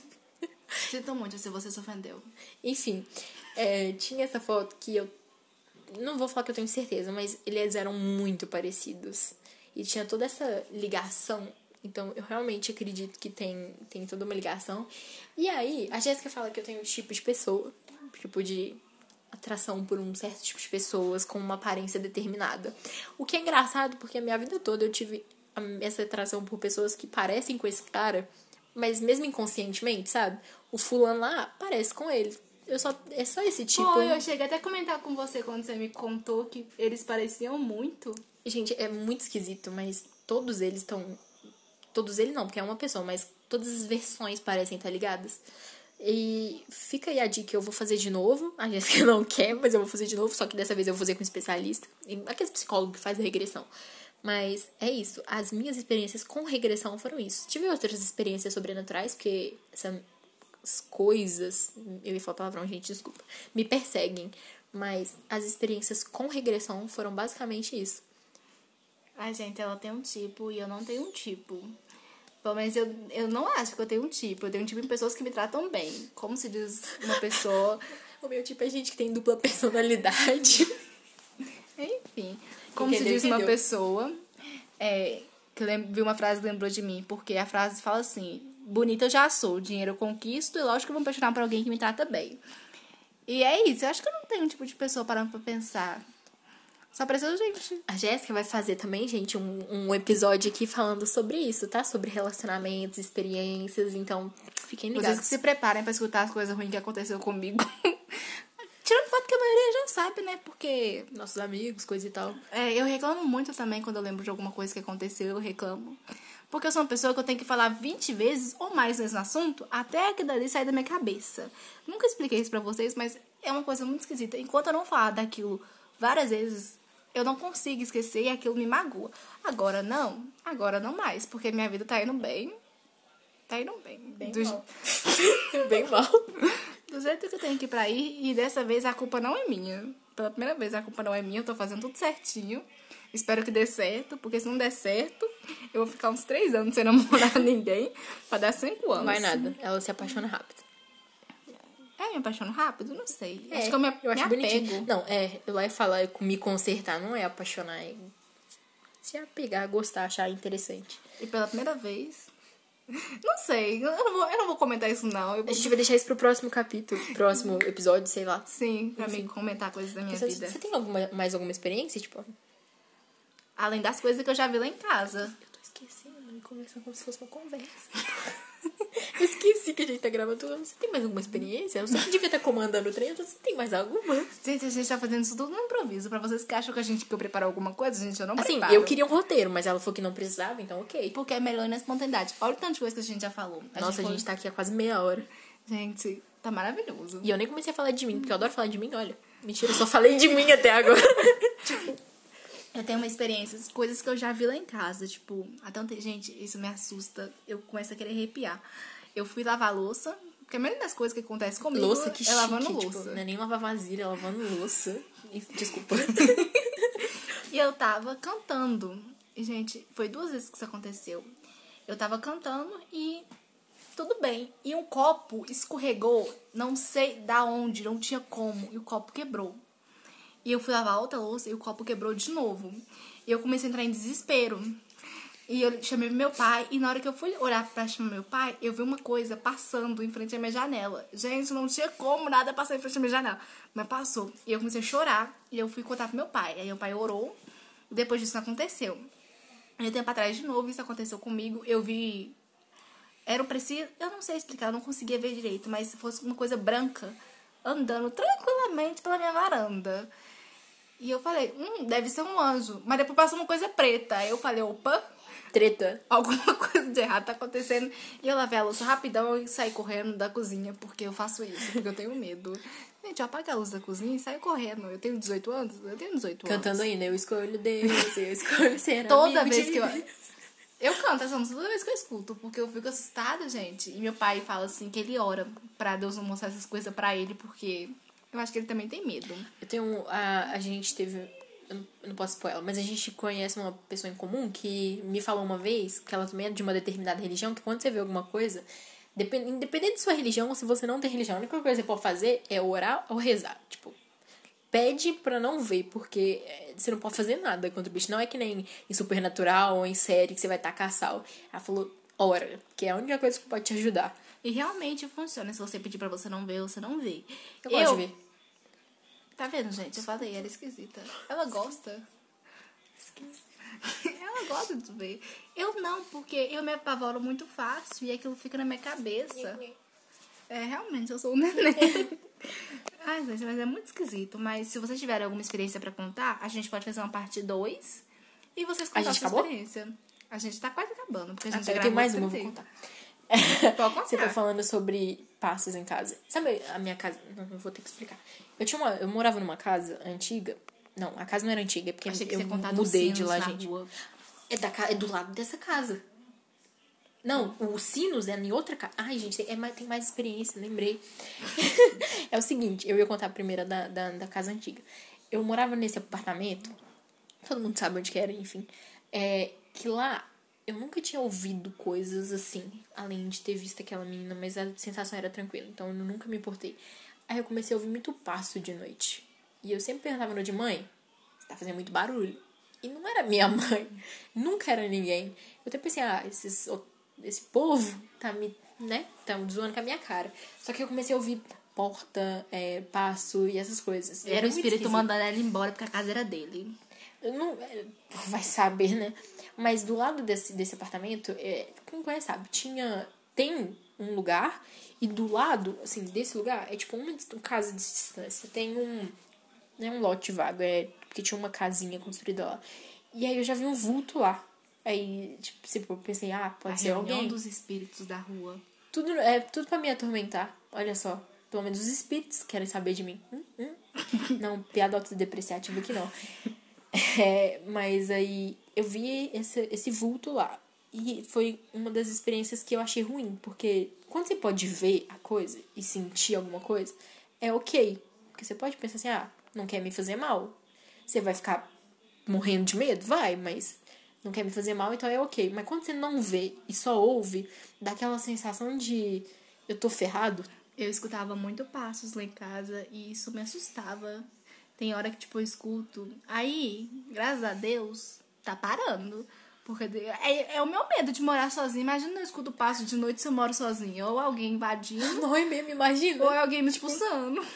Sinto muito se você se ofendeu. Enfim, é, tinha essa foto que eu... Não vou falar que eu tenho certeza, mas eles eram muito parecidos. E tinha toda essa ligação. Então, eu realmente acredito que tem, tem toda uma ligação. E aí, a Jéssica fala que eu tenho um tipo de pessoa. Tipo de atração por um certo tipo de pessoas com uma aparência determinada. O que é engraçado, porque a minha vida toda eu tive essa atração por pessoas que parecem com esse cara, mas mesmo inconscientemente, sabe? O fulano lá parece com ele. Eu só, é só esse tipo. Pô, eu cheguei até a comentar com você quando você me contou que eles pareciam muito. Gente, é muito esquisito, mas todos eles estão... Todos eles não, porque é uma pessoa, mas todas as versões parecem estar ligadas. E fica aí a dica, eu vou fazer de novo. A Jéssica não quer, mas eu vou fazer de novo, só que dessa vez eu vou fazer com um especialista. Aquele psicólogo que faz a regressão. Mas é isso. As minhas experiências com regressão foram isso. Tive outras experiências sobrenaturais, porque essas coisas... Eu ia falar palavrão, gente, desculpa. Me perseguem. Mas as experiências com regressão foram basicamente isso. Ai, gente, ela tem um tipo e eu não tenho um tipo. Pelo menos eu, eu não acho que eu tenho um tipo. Eu tenho um tipo em pessoas que me tratam bem. Como se diz uma pessoa... O meu tipo é gente que tem dupla personalidade. Enfim... Como entendeu, se diz entendeu. uma pessoa é, que lem- viu uma frase e lembrou de mim, porque a frase fala assim: bonita eu já sou, dinheiro eu conquisto, e lógico que eu vou me apaixonar por alguém que me trata bem. E é isso, eu acho que eu não tenho um tipo de pessoa parando pra pensar. Só precisa, gente. A Jéssica vai fazer também, gente, um, um episódio aqui falando sobre isso, tá? Sobre relacionamentos, experiências, então fiquem ligados. Vocês que se preparem pra escutar as coisas ruins que aconteceu comigo. Tirando o fato que a maioria já sabe, né? Porque Nossos amigos, coisa e tal. é, eu reclamo muito também quando eu lembro de alguma coisa que aconteceu, eu reclamo. Porque eu sou uma pessoa que eu tenho que falar vinte vezes ou mais nesse assunto até aquilo dali sair da minha cabeça. Nunca expliquei isso pra vocês, mas é uma coisa muito esquisita. Enquanto eu não falar daquilo várias vezes, eu não consigo esquecer e aquilo me magoa. Agora não, agora não mais, porque minha vida tá indo bem. Tá indo bem. Bem do, mal. Bem mal. do jeito que eu tenho que ir pra ir, e dessa vez a culpa não é minha. Pela primeira vez a culpa não é minha, eu tô fazendo tudo certinho. Espero que dê certo, porque se não der certo, eu vou ficar uns três anos sem namorar ninguém, pra dar cinco anos. Não vai nada. Ela se apaixona rápido. É, me apaixono rápido? Não sei. É, acho que eu me, eu acho me bonitinho. apego. Não, é, eu lá e falar, é me consertar, não é apaixonar, é se apegar, gostar, achar interessante. E pela primeira vez... Não sei, eu não vou, eu não vou comentar isso não. Eu, A gente vai deixar isso pro próximo capítulo, próximo episódio, sei lá. sim, pra mim comentar coisas da minha Você, vida. você tem alguma, mais alguma experiência, tipo? Além das coisas que eu já vi lá em casa. Eu tô esquecendo e conversando como se fosse uma conversa. Eu esqueci que a gente tá gravando. Você tem mais alguma experiência? Eu só que devia estar comandando o trem, então você tem mais alguma? Gente, a gente tá fazendo isso tudo no improviso. Pra vocês que acham que a gente que eu preparo alguma coisa, gente, eu não Assim, preparo. eu queria um roteiro, mas ela falou que não precisava, então ok. Porque é melhor na espontaneidade. Olha o tanto de coisa que a gente já falou. A Nossa, gente a gente tá aqui há quase meia hora. Gente, tá maravilhoso. E eu nem comecei a falar de mim, porque eu adoro falar de mim, olha. Mentira, eu só falei de mim até agora. Tipo, Eu tenho uma experiência, coisas que eu já vi lá em casa, tipo, até ontem, gente, isso me assusta, eu começo a querer arrepiar. Eu fui lavar a louça, porque a maioria das coisas que acontece comigo louça, que é chique. lavando Tipo, louça. não é nem lavar vasilha, é lavando louça. E- Desculpa. E eu tava cantando. E, gente, foi duas vezes que isso aconteceu. Eu tava cantando e tudo bem. E um copo escorregou, não sei da onde, não tinha como, e o copo quebrou. E eu fui lavar outra louça e o copo quebrou de novo. E eu comecei a entrar em desespero. E eu chamei meu pai. E na hora que eu fui olhar pra chamar meu pai, eu vi uma coisa passando em frente à minha janela. Gente, não tinha como nada passar em frente à minha janela. Mas passou. E eu comecei a chorar. E eu fui contar pro meu pai. Aí meu pai orou. E depois disso não aconteceu. E um tempo atrás, de novo, isso aconteceu comigo. Eu vi... Era um preciso... Eu não sei explicar, eu não conseguia ver direito. Mas se fosse uma coisa branca, andando tranquilamente pela minha varanda. E eu falei, hum, deve ser um anjo. Mas depois passou uma coisa preta. Aí eu falei, opa, Treta. alguma coisa de errado tá acontecendo. E eu lavei a louça rapidão e saí correndo da cozinha. Porque eu faço isso, porque eu tenho medo. Gente, eu apago a luz da cozinha e saio correndo. Eu tenho dezoito anos? Eu tenho dezoito anos. Cantando ainda, eu escolho Deus, eu escolho ser Toda amigo vez de que eu... Deus. Eu canto essa música toda vez que eu escuto, porque eu fico assustada, gente. E meu pai fala assim, que ele ora pra Deus não mostrar essas coisas pra ele, porque eu acho que ele também tem medo. Eu tenho. A, a gente teve. Eu não, eu não posso expor ela, mas a gente conhece uma pessoa em comum que me falou uma vez que ela também é de uma determinada religião, que quando você vê alguma coisa, depend, independente de sua religião, ou se você não tem religião, a única coisa que você pode fazer é orar ou rezar. Tipo, pede pra não ver, porque é, você não pode fazer nada contra o bicho. Não é que nem em Supernatural ou em série que você vai tacar sal. Ela falou, ora, que é a única coisa que pode te ajudar. E realmente funciona. Se você pedir pra você não ver, você não vê. Eu gosto de ver. Tá vendo, gente? Eu falei, ela é esquisita. Ela gosta. Ela gosta de ver. Eu não, porque eu me apavoro muito fácil e aquilo fica na minha cabeça. É, realmente, eu sou um neném. Ai, gente, mas é muito esquisito. Mas se vocês tiverem alguma experiência pra contar, a gente pode fazer uma parte dois e vocês contar a, gente sua acabou? experiência. A gente tá quase acabando, porque a Ah, gente tá, já eu tenho gravou mais uma, eu vou trinta. contar. Pode contar. Você tá falando sobre passos em casa. Sabe a minha casa? Não, não vou ter que explicar. Eu tinha uma, eu morava numa casa antiga. Não, a casa não era antiga, é porque Achei que eu você ia contar mudei dos de lá, sinos na gente. rua. É, da, ca- é do lado dessa casa. Não, o Sinos é em outra casa. Ai, gente, tem, é, mais- tem mais experiência, lembrei. É o seguinte, eu ia contar a primeira da, da, da casa antiga. Eu morava nesse apartamento, todo mundo sabe onde que era, enfim. É, que lá eu nunca tinha ouvido coisas assim, além de ter visto aquela menina, mas a sensação era tranquila, então eu nunca me importei. Aí eu comecei a ouvir muito passo de noite. E eu sempre perguntava no de mãe, você tá fazendo muito barulho. E não era minha mãe, nunca era ninguém. Eu até pensei, ah, esses, esse povo tá me, né, tá zoando com a minha cara. Só que eu comecei a ouvir porta, é, passo e essas coisas. Era o muito espírito esquisito. mandando ela embora porque a casa era dele. Eu não, vai saber, né? Mas do lado desse, desse apartamento, é, quem conhece sabe, tinha, tem um lugar e do lado, assim, desse lugar, é tipo uma, dist- casa de distância, tem um, Não é um lote vago, é porque tinha uma casinha construída lá. E aí eu já vi um vulto lá. Aí, tipo, tipo eu pensei, ah, pode A ser reunião alguém. dos espíritos da rua. Tudo, é tudo pra me atormentar. Olha só. Pelo menos os espíritos querem saber de mim. Hum, hum. Não, piada autodepreciativa aqui não. É, mas aí eu vi esse, esse vulto lá. E foi uma das experiências que eu achei ruim. Porque quando você pode ver a coisa e sentir alguma coisa, é ok. Porque você pode pensar assim, ah, não quer me fazer mal. Você vai ficar morrendo de medo? Vai, mas não quer me fazer mal, então é ok. Mas quando você não vê e só ouve, dá aquela sensação de eu tô ferrado. Eu escutava muito passos lá em casa e isso me assustava. Tem hora que, tipo, eu escuto. Aí, graças a Deus, tá parando. Porque é, é o meu medo de morar sozinha. Imagina eu escuto passo de noite se eu moro sozinha. Ou alguém invadindo. Não é mesmo, imagina. Ou é alguém me expulsando.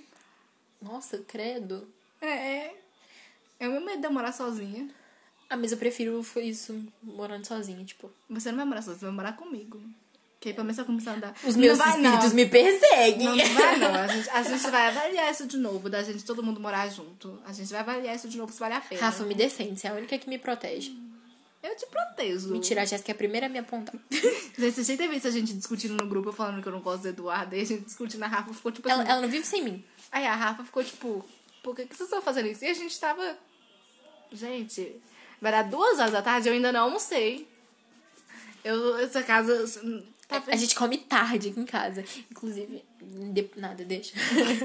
Nossa, credo. É. É o meu medo de eu morar sozinha. Ah, mas eu prefiro isso, morando sozinha, tipo. Você não vai morar sozinha, você vai morar comigo. Que aí, pra mim, você vai começar a andar. Os meus não vai, espíritos não. me perseguem. Não, não vai, não. A gente, a gente vai avaliar isso de novo, da gente todo mundo morar junto. A gente vai avaliar isso de novo se vale a pena. Rafa, me defende, você é a única que me protege. Eu te protejo. Mentira, a Jéssica é a primeira a me apontar. Gente, você já teve visto a gente discutindo no grupo, eu falando que eu não gosto do Eduardo, e a gente discutindo, a Rafa ficou tipo assim... Ela, ela não vive sem mim. Aí a Rafa ficou tipo, por que, que vocês estão fazendo isso? E a gente tava... Gente, vai dar duas horas da tarde, eu ainda não almocei. Eu, essa casa... Tá... A gente come tarde aqui em casa. Inclusive, de... nada, deixa.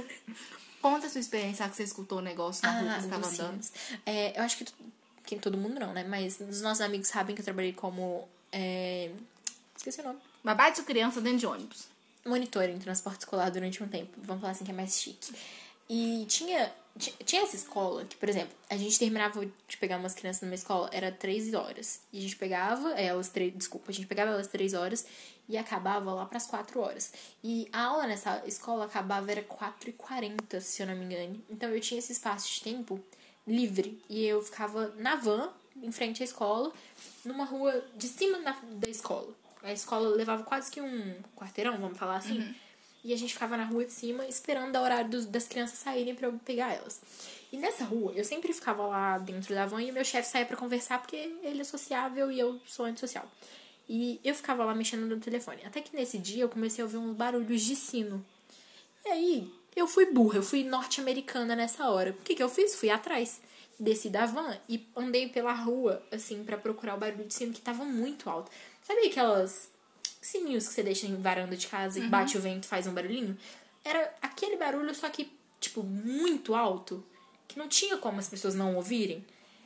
Conta a sua experiência, que você escutou o negócio na rua que você tava andando. É, eu acho que... que todo mundo não, né? Mas os nossos amigos sabem que eu trabalhei como... É... Esqueci o nome. Babá de criança dentro de ônibus. Monitora em transporte escolar durante um tempo. Vamos falar assim que é mais chique. E tinha, tinha essa escola que, por exemplo, a gente terminava de pegar umas crianças numa escola, era três horas. E a gente pegava elas três... Desculpa, a gente pegava elas três horas e acabava lá pras quatro horas. E a aula nessa escola acabava, era quatro e quarenta, se eu não me engano. Então eu tinha esse espaço de tempo livre. E eu ficava na van, em frente à escola, numa rua de cima da, da escola. A escola levava quase que um quarteirão, vamos falar assim. Uhum. E a gente ficava na rua de cima esperando o horário dos, das crianças saírem pra eu pegar elas. E nessa rua, eu sempre ficava lá dentro da van e o meu chefe saía pra conversar porque ele é sociável e eu sou antissocial. E eu ficava lá mexendo no telefone. Até que nesse dia eu comecei a ouvir uns barulhos de sino. E aí, eu fui burra, eu fui norte-americana nessa hora. O que que eu fiz? Fui atrás. Desci da van e andei pela rua, assim, pra procurar o barulho de sino que tava muito alto. Sabe aquelas sininhos que você deixa em varanda de casa e uhum. bate o vento e faz um barulhinho? Era aquele barulho, só que, tipo, muito alto, que não tinha como as pessoas não ouvirem.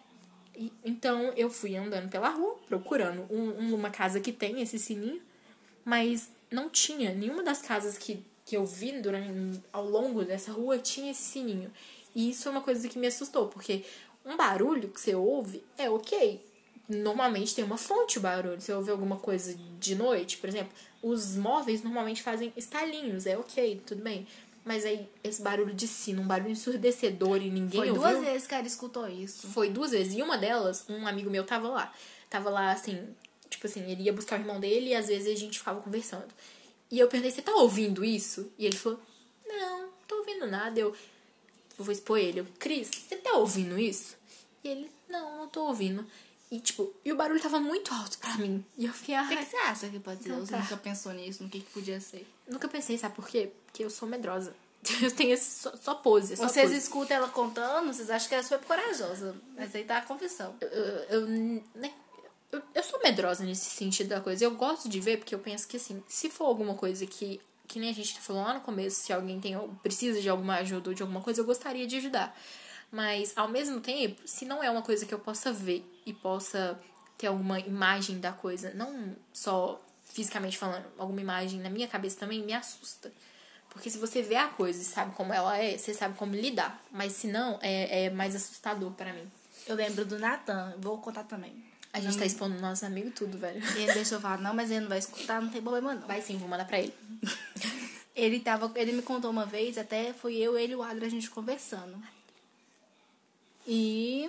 E, então, eu fui andando pela rua, procurando um, uma casa que tem esse sininho, mas não tinha. Nenhuma das casas que, que eu vi durante, ao longo dessa rua tinha esse sininho. E isso é uma coisa que me assustou, porque um barulho que você ouve é ok. Normalmente tem uma fonte o barulho. Você ouve alguma coisa de noite, por exemplo, os móveis normalmente fazem estalinhos, é ok, tudo bem. Mas aí, esse barulho de sino, um barulho ensurdecedor e ninguém Foi ouviu. Foi duas vezes que ela escutou isso. Foi duas vezes. E uma delas, um amigo meu tava lá. Tava lá, assim, tipo assim, ele ia buscar o irmão dele e às vezes a gente ficava conversando. E eu perguntei, você tá ouvindo isso? E ele falou, não, não tô ouvindo nada. Eu, eu vou expor ele. Eu, Cris, você tá ouvindo isso? E ele, não, não tô ouvindo. E, tipo, e o barulho tava muito alto pra mim. E eu fiquei, ah... O que, que você acha que pode ser? Não, Você tá. nunca pensou nisso, no que, que podia ser? Nunca pensei, sabe por quê? Porque eu sou medrosa. Eu tenho esse, só, só pose, só Vocês pose. escutam ela contando, vocês acham que ela é super corajosa. Mas aí tá a confissão. Eu, eu, né, eu, eu sou medrosa nesse sentido da coisa. Eu gosto de ver, porque eu penso que, assim, se for alguma coisa que... Que nem a gente falou lá no começo, se alguém tem, precisa de alguma ajuda ou de alguma coisa, eu gostaria de ajudar. Mas, ao mesmo tempo, se não é uma coisa que eu possa ver e possa... ter alguma imagem da coisa, não só fisicamente falando, alguma imagem na minha cabeça também me assusta. Porque se você vê a coisa e sabe como ela é, você sabe como lidar. Mas se não, é, é mais assustador pra mim. Eu lembro do Nathan, vou contar também. A gente não... tá expondo nossos amigos tudo, velho. E ele deixou eu falar, não, mas ele não vai escutar, não tem problema não. Vai sim, vou mandar pra ele. ele, tava, ele me contou uma vez, até foi eu, ele e o Adri, a gente conversando. E...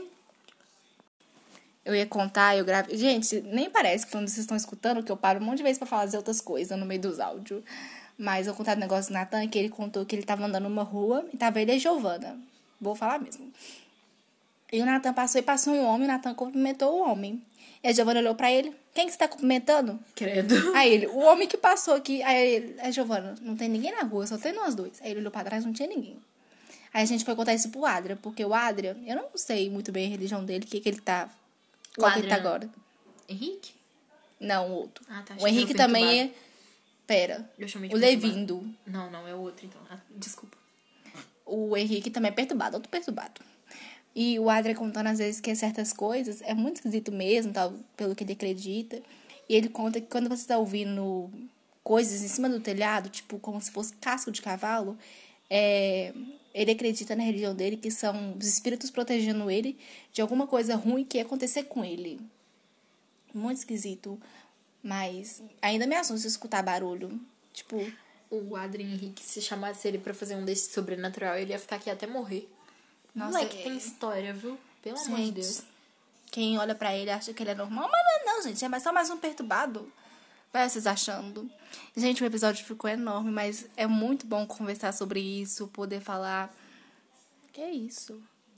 eu ia contar, eu gravei... Gente, nem parece que quando vocês estão escutando que eu paro um monte de vezes pra fazer outras coisas no meio dos áudios. Mas eu contar um negócio do Nathan, que ele contou que ele tava andando numa rua e tava ele e a Giovana. Vou falar mesmo. E o Natan passou e passou um homem, o Natan cumprimentou o homem. E a Giovana olhou pra ele, quem que você tá cumprimentando? Credo. Aí ele, o homem que passou aqui. Aí ele, a Giovana, não tem ninguém na rua, só tem nós dois. Aí ele olhou pra trás, não tinha ninguém. Aí a gente foi contar isso pro Adria, porque o Adria, eu não sei muito bem a religião dele, o que que ele tá... Qual que ele tá agora? Henrique? Não, o outro. Ah, tá. O Henrique também é... Pera. Eu chamei de o perturbado. Levindo. Não, não, é o outro, então. Ah, desculpa. O Henrique também é perturbado, outro perturbado. E o Adria contando às vezes que é certas coisas é muito esquisito mesmo, tal, pelo que ele acredita. E ele conta que quando você tá ouvindo coisas em cima do telhado, tipo como se fosse casco de cavalo, é, ele acredita na religião dele que são os espíritos protegendo ele de alguma coisa ruim que ia acontecer com ele. Muito esquisito. Mas ainda me assusta escutar barulho. Tipo... O Adrien Henrique, se chamasse ele pra fazer um desse sobrenatural, ele ia ficar aqui até morrer. Nossa, Moleque, é... tem história, viu? Pelo gente, amor de Deus. Quem olha pra ele acha que ele é normal, mas não é não, gente. É só mais um perturbado. Vai vocês achando. Gente, o episódio ficou enorme, mas é muito bom conversar sobre isso, poder falar... Que é isso?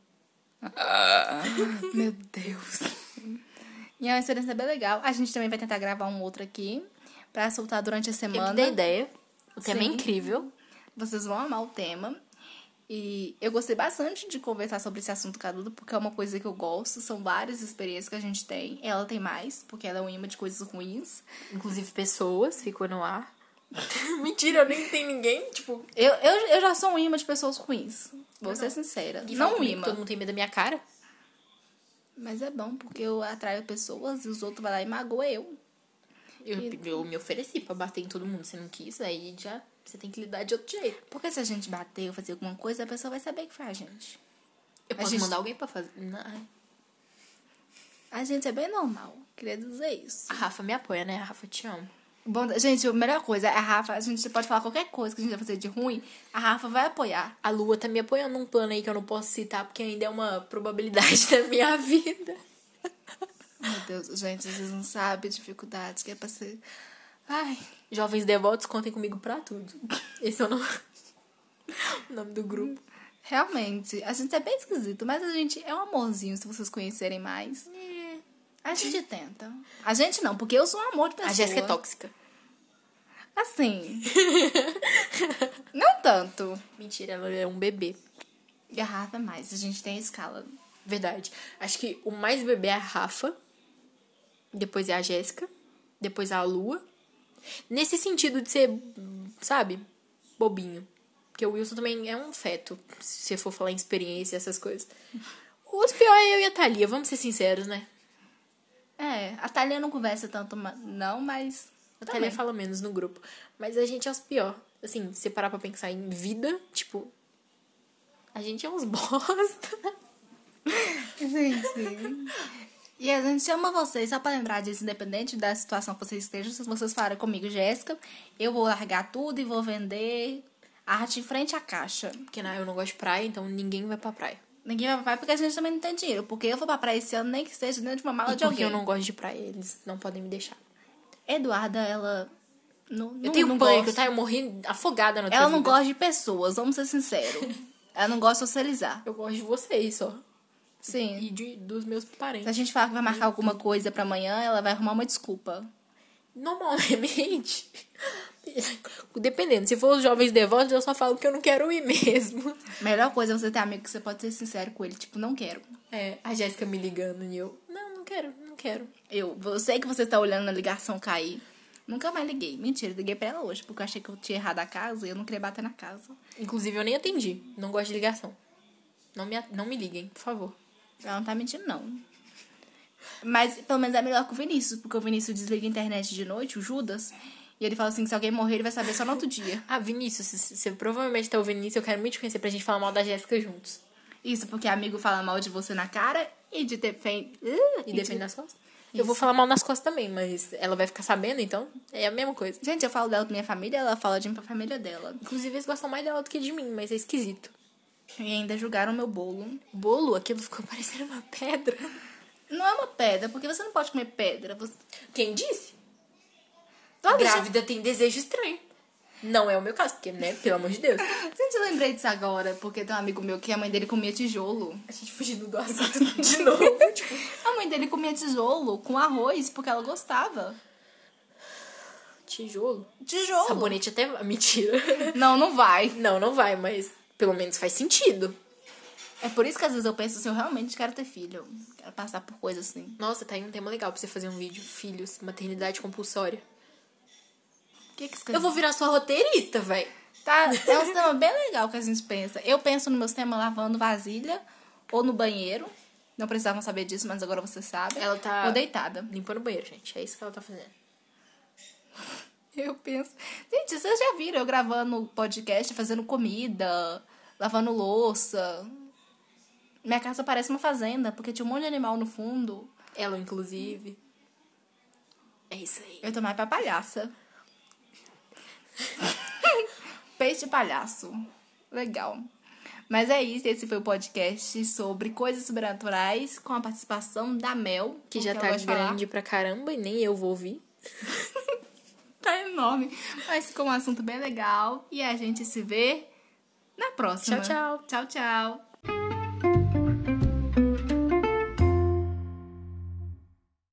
Meu Deus. E é uma experiência bem legal. A gente também vai tentar gravar um outro aqui pra soltar durante a semana. Eu me dei ideia. O tema Sim. é incrível. Vocês vão amar o tema. E eu gostei bastante de conversar sobre esse assunto com a Duda, porque é uma coisa que eu gosto. São várias experiências que a gente tem. Ela tem mais, porque ela é um imã de coisas ruins. Inclusive pessoas, ficou no ar. Mentira, eu nem tenho ninguém. Tipo, Eu, eu, eu já sou um imã de pessoas ruins. Vou ser sincera. e Não fala um comigo que imã. todo mundo tem medo da minha cara. Mas é bom, porque eu atraio pessoas e os outros vão lá e magoam eu. Eu, eu me ofereci pra bater em todo mundo. Você não quis, aí já você tem que lidar de outro jeito. Porque se a gente bater ou fazer alguma coisa, a pessoa vai saber que foi a gente. Eu A posso gente- mandar alguém pra fazer. Não. A gente é bem normal. Queria dizer isso. A Rafa me apoia, né? A Rafa, te amo. Bom, gente, a melhor coisa é a Rafa. A gente pode falar qualquer coisa que a gente vai fazer de ruim. A Rafa vai apoiar. A Lua tá me apoiando num plano aí que eu não posso citar, porque ainda é uma probabilidade da minha vida. Meu Deus, gente, vocês não sabem a dificuldade que é pra ser... Ai, Jovens devotos, contem comigo pra tudo. Esse é o nome, o nome do grupo. realmente, a gente é bem esquisito, mas a gente é um amorzinho, se vocês conhecerem mais. A gente tenta. A gente não, porque eu sou um amor de pessoa. A Jéssica é tóxica. Assim. Não tanto. Mentira, ela é um bebê. E a Rafa é mais, a gente tem a escala. Verdade. Acho que o mais bebê é a Rafa. Depois é a Jéssica. Depois é a Lua. Nesse sentido de ser, sabe, bobinho. Porque o Wilson também é um feto, se você for falar em experiência e essas coisas. Os pior é eu e a Thalia, vamos ser sinceros, né? É, a Thalia não conversa tanto, ma- não, mas... A Thalia fala menos no grupo. Mas a gente é os pior. Assim, se parar pra pensar em vida, tipo... A gente é uns bosta. Gente. E a gente chama vocês, só pra lembrar disso, independente da situação que vocês estejam, se vocês falarem comigo, Jéssica, eu vou largar tudo e vou vender arte em frente à caixa. Porque né, eu não gosto de praia, então ninguém vai pra praia. Ninguém vai pra praia porque a gente também não tem dinheiro. Porque eu vou pra praia esse ano, nem que seja dentro de uma mala E de porque alguém. eu não gosto de praia, eles não podem me deixar. Eduarda, ela... Não, Eu não, tenho não pânico, gosta. tá? Eu morri afogada na tua Ela não vida. gosta de pessoas, vamos ser sinceros. Ela não gosta de socializar. Eu gosto de vocês só. Sim. E de, dos meus Se a parentes. gente falar que vai marcar alguma coisa pra amanhã, ela vai arrumar uma desculpa. Normalmente, dependendo, se for os jovens devotos, eu só falo que eu não quero ir mesmo. Melhor coisa é você ter amigo que você pode ser sincero com ele. Tipo, não quero. É, a Jéssica me ligando e eu, não, não quero, não quero. Eu, eu sei que você tá olhando a ligação cair. Nunca mais liguei. Mentira, liguei pra ela hoje, porque eu achei que eu tinha errado a casa e eu não queria bater na casa. Inclusive, eu nem atendi. Não gosto de ligação. Não me, não me liguem, por favor. Ela não tá mentindo, não. Mas, pelo menos, é melhor que o Vinícius, porque o Vinícius desliga a internet de noite, o Judas, e ele fala assim que se alguém morrer, ele vai saber só no outro dia. Ah, Vinícius, você, você provavelmente tá ouvindo isso, eu quero muito te conhecer pra gente falar mal da Jéssica juntos. Isso, porque amigo fala mal de você na cara e de defende... E defende nas costas. Eu vou falar mal nas costas também, mas ela vai ficar sabendo, então é a mesma coisa. Gente, eu falo dela pra minha família, ela fala de mim pra família dela. Inclusive, eles gostam mais dela do que de mim, mas é esquisito. E ainda julgaram meu bolo. Bolo, aquilo ficou parecendo uma pedra. Não é uma pedra, porque você não pode comer pedra. Você... Quem disse? Toda Grávida tem desejo estranho. Não é o meu caso, porque, né, pelo amor de Deus. Gente, Gente, eu lembrei disso agora, porque tem um amigo meu que a mãe dele comia tijolo. A gente fugindo do assunto de novo. Tipo, A mãe dele comia tijolo com arroz, porque ela gostava. tijolo? Tijolo. Sabonete até... Mentira. Não, não vai. Não, não vai, mas pelo menos faz sentido. É por isso que às vezes eu penso assim, eu realmente quero ter filho. Quero passar por coisas assim. Nossa, tá aí um tema legal pra você fazer um vídeo. Filhos, maternidade compulsória. O que que você Eu vou virar sua roteirista, véi. Tá, é um tema bem legal que a gente pensa. Eu penso no meu tema lavando vasilha ou no banheiro. Não precisavam saber disso, mas agora você sabe. Ela tá Ou deitada. limpando o banheiro, gente. É isso que ela tá fazendo. Eu penso... Gente, vocês já viram eu gravando podcast, fazendo comida, lavando louça. Minha casa parece uma fazenda, porque tinha um monte de animal no fundo. Ela, inclusive. É isso aí. Eu tô mais pra palhaça. Peixe palhaço. Legal. Mas é isso, esse foi o podcast sobre coisas sobrenaturais com a participação da Mel. Que já porque tá ela gosta de falar. grande pra caramba e nem eu vou ouvir. Tá enorme. Mas ficou um assunto bem legal. E a gente se vê na próxima. Tchau, tchau. Tchau, tchau.